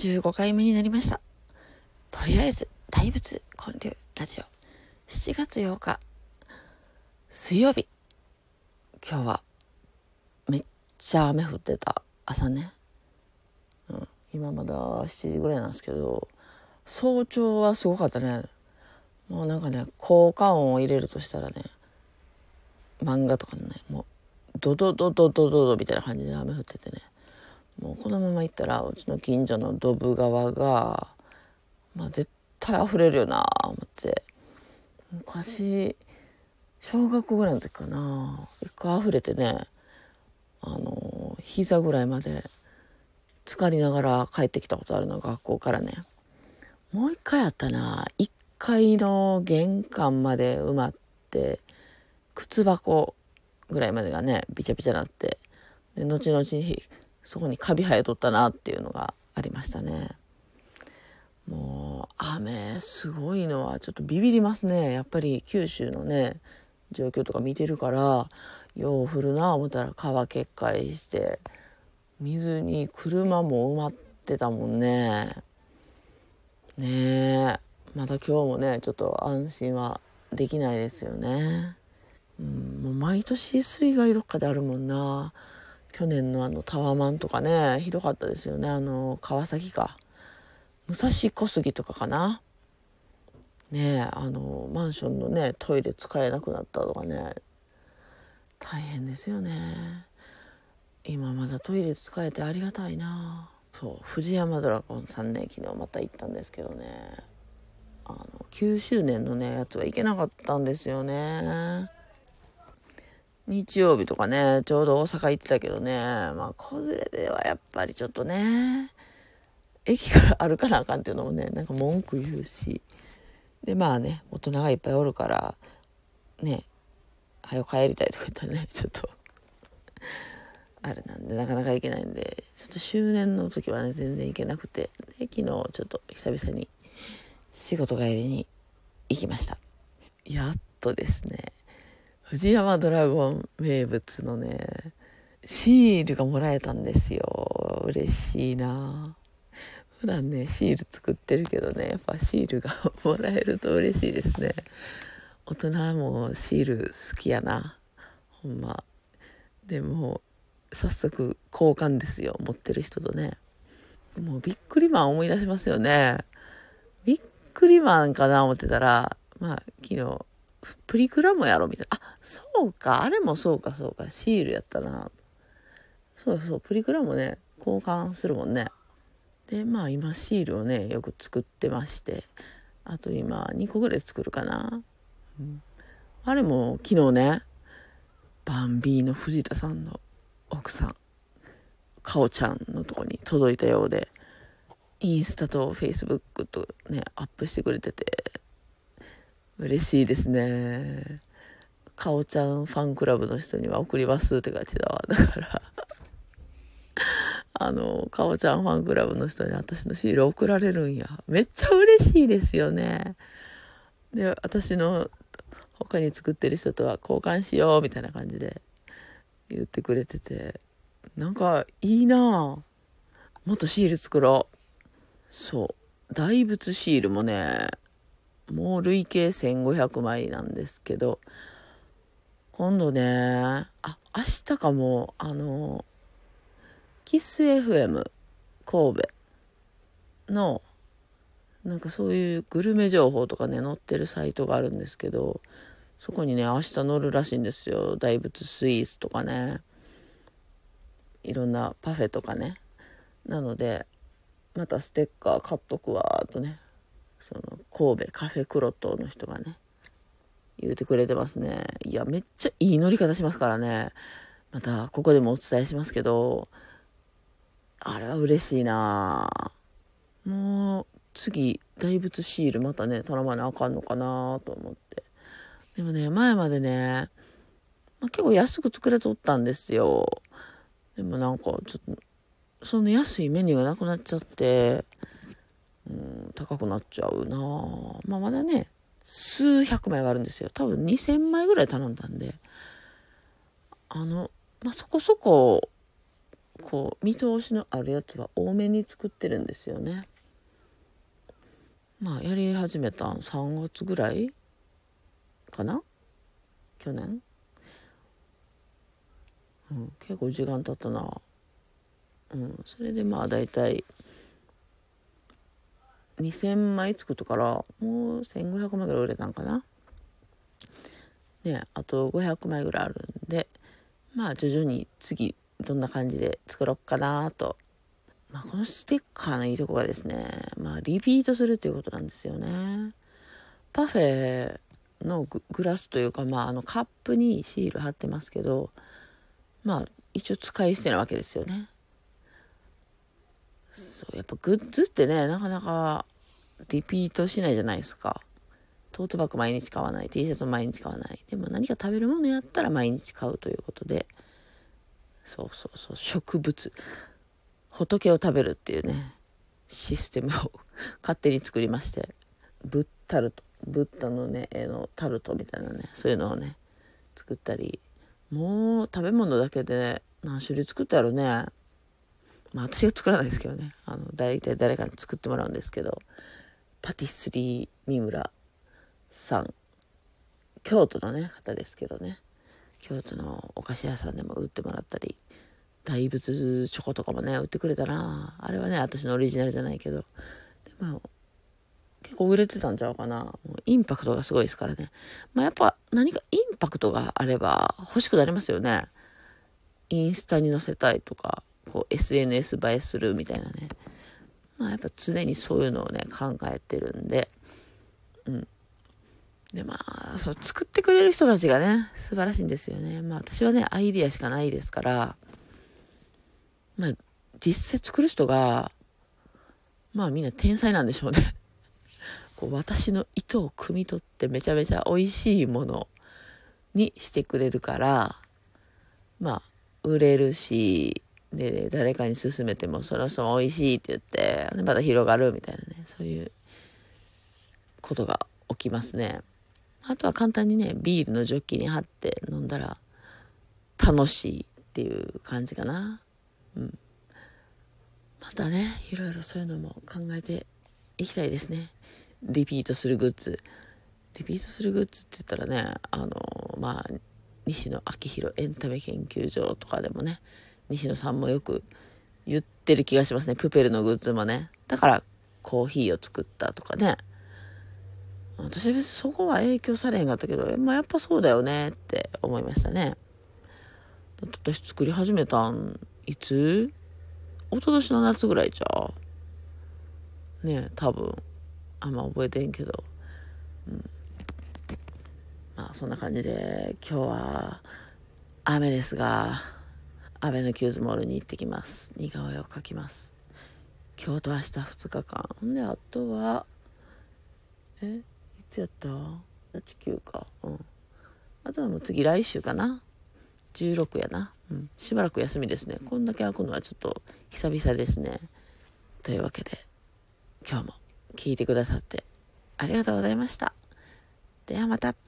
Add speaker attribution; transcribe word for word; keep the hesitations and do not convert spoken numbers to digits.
Speaker 1: じゅうごかいめになりました。とりあえず大仏建立ラジオしちがつようか水曜日。今日はめっちゃ雨降ってた朝ね、うん、今まだしちじぐらいなんですけど、早朝はすごかったね。もうなんかね、効果音を入れるとしたらね、漫画とかのね、もうドドドドドドドみたいな感じで雨降っててね、もうこのまま行ったらうちの近所のドブ川が、まあ、絶対溢れるよなと思って、昔小学校ぐらいの時かな、一回溢れてね、あの膝ぐらいまで浸かりながら帰ってきたことあるの、学校からね。もう一回あったな。一階の玄関まで埋まって、靴箱ぐらいまでがねビチャビチャなって、で後々にそこにカビ生えとったなっていうのがありましたね。もう雨すごいのはちょっとビビりますね。やっぱり九州のね状況とか見てるから、よう降るな思ったら川決壊して水に車も埋まってたもんね。ねえ、まだ今日もねちょっと安心はできないですよね。うん、もう毎年水害どっかであるもんな。去年のあのタワマンとかねひどかったですよね。あの川崎か武蔵小杉とかかなねえ、あのマンションのねトイレ使えなくなったとかね、大変ですよね。今まだトイレ使えてありがたいな。そう、藤山ドラゴンさんね、昨日また行ったんですけどね、あのきゅうしゅうねんのねやつは行けなかったんですよね。日曜日とかねちょうど大阪行ってたけどね、まあ子連れではやっぱりちょっとね、駅から歩かなあかんっていうのもねなんか文句言うし、でまあね大人がいっぱいおるからね、早く帰りたいとか言ったらねちょっとあれなんでなかなか行けないんで、ちょっと周年の時はね全然行けなくて、で昨日ちょっと久々に仕事帰りに行きました。やっとですね、藤山ドラゴン名物のねシールがもらえたんですよ。嬉しいな。普段ねシール作ってるけどね、やっぱシールがもらえると嬉しいですね。大人もシール好きやなほんま。でも早速交換ですよ、持ってる人とね。もうビックリマン思い出しますよね。ビックリマンかな思ってたら、まあ昨日プリクラもやろみたいな、あそうか、あれもそうかそうかシールやったな。そうそう、プリクラもね交換するもんね。でまあ今シールをねよく作ってまして、あと今にこぐらい作るかな、うん、あれも昨日ねバンビーの藤田さんの奥さんかおちゃんのとこに届いたようで、インスタとフェイスブックとねアップしてくれてて嬉しいですね。かおちゃんファンクラブの人には送りますって感じだわ。だからあのかおちゃんファンクラブの人に私のシール送られるんや、めっちゃ嬉しいですよね。で私の他に作ってる人とは交換しようみたいな感じで言ってくれてて、なんかいいなぁ。もっとシール作ろう。そう大仏シールもねもう累計せんごひゃくまいなんですけど、今度ねあ明日かもあのキス エフエム 神戸のなんかそういうグルメ情報とかね載ってるサイトがあるんですけど、そこにね明日載るらしいんですよ。大仏スイーツとかね、いろんなパフェとかね。なのでまたステッカー買っとくわとね、その神戸カフェクロトの人がね言うてくれてますね。いやめっちゃいい乗り方しますからね。またここでもお伝えしますけど、あれは嬉しいな。もう次大仏シールまたね頼まなあかんのかなと思って。でもね前までね、まあ、結構安く作れとったんですよ。でもなんかちょっとその安いメニューがなくなっちゃって、うん、高くなっちゃうな。まあまだね数百枚はあるんですよ。多分にせんまいぐらい頼んだんで、あのまあそこそここう見通しのあるやつは多めに作ってるんですよね。まあやり始めたさんがつぐらいかな、去年、うん、結構時間経ったな。うん、それでまあだいたいにせんまい作ったからもうせんごひゃくまいぐらい売れたんかな。ね、あとごひゃくまいぐらいあるんで、まあ徐々に次どんな感じで作ろうかなと。まあこのステッカーのいいとこがですね、まあリピートするということなんですよね。パフェの グ, グラスというか、まああのカップにシール貼ってますけど、まあ一応使い捨てなわけですよね。そうやっぱグッズってね、なかなかリピートしないじゃないですか。トートバッグ毎日買わない、 T シャツも毎日買わない。でも何か食べるものやったら毎日買うということで、そうそうそう、植物、仏を食べるっていうねシステムを勝手に作りまして、ブッタルト、ブッダのね絵のタルトみたいなね、そういうのをね作ったり、もう食べ物だけで何種類作ったやろね。まあ私が作らないですけどね、あの大体誰かに作ってもらうんですけど、パティスリー三村さん、京都のね方ですけどね、京都のお菓子屋さんでも売ってもらったり、大仏チョコとかもね売ってくれたな。あれはね私のオリジナルじゃないけど、でも結構売れてたんちゃうかな。もうインパクトがすごいですからね。まあやっぱ何かインパクトがあれば欲しくなりますよね。インスタに載せたいとか、こう エスエヌエス 映えするみたいなね。まあやっぱ常にそういうのをね考えてるんで、うん。でまあそう作ってくれる人たちがね素晴らしいんですよね。まあ私はねアイディアしかないですから、まあ実際作る人がまあみんな天才なんでしょうね。こう私の意図を汲み取ってめちゃめちゃ美味しいものにしてくれるから、まあ売れるし、で誰かに勧めてもその人も美味しいって言ってでまた広がるみたいなね、そういうことが起きますね。あとは簡単にねビールのジョッキに貼って飲んだら楽しいっていう感じかな。うん。またねいろいろそういうのも考えていきたいですね。リピートするグッズ、リピートするグッズって言ったらね、あのまあ西野昭弘エンタメ研究所とかでもね西野さんもよく言ってる気がしますね。プペルのグッズもね、だからコーヒーを作ったとかね。私は別にそこは影響されへんかったけど、まあ、やっぱそうだよねって思いましたね。だって私作り始めたんいつ、一昨年の夏ぐらいちゃうね、多分あんま覚えてんけど、うん、まあそんな感じで今日は雨ですがアベノキューズモールに行ってきます。似顔絵を描きます。今日と明日ふつかかんで、あとはえいつやった地球か、うん、あとはもう次来週かな、じゅうろくやな、うん、しばらく休みですね。こんだけ開くのはちょっと久々ですね。というわけで今日も聞いてくださってありがとうございました。ではまた。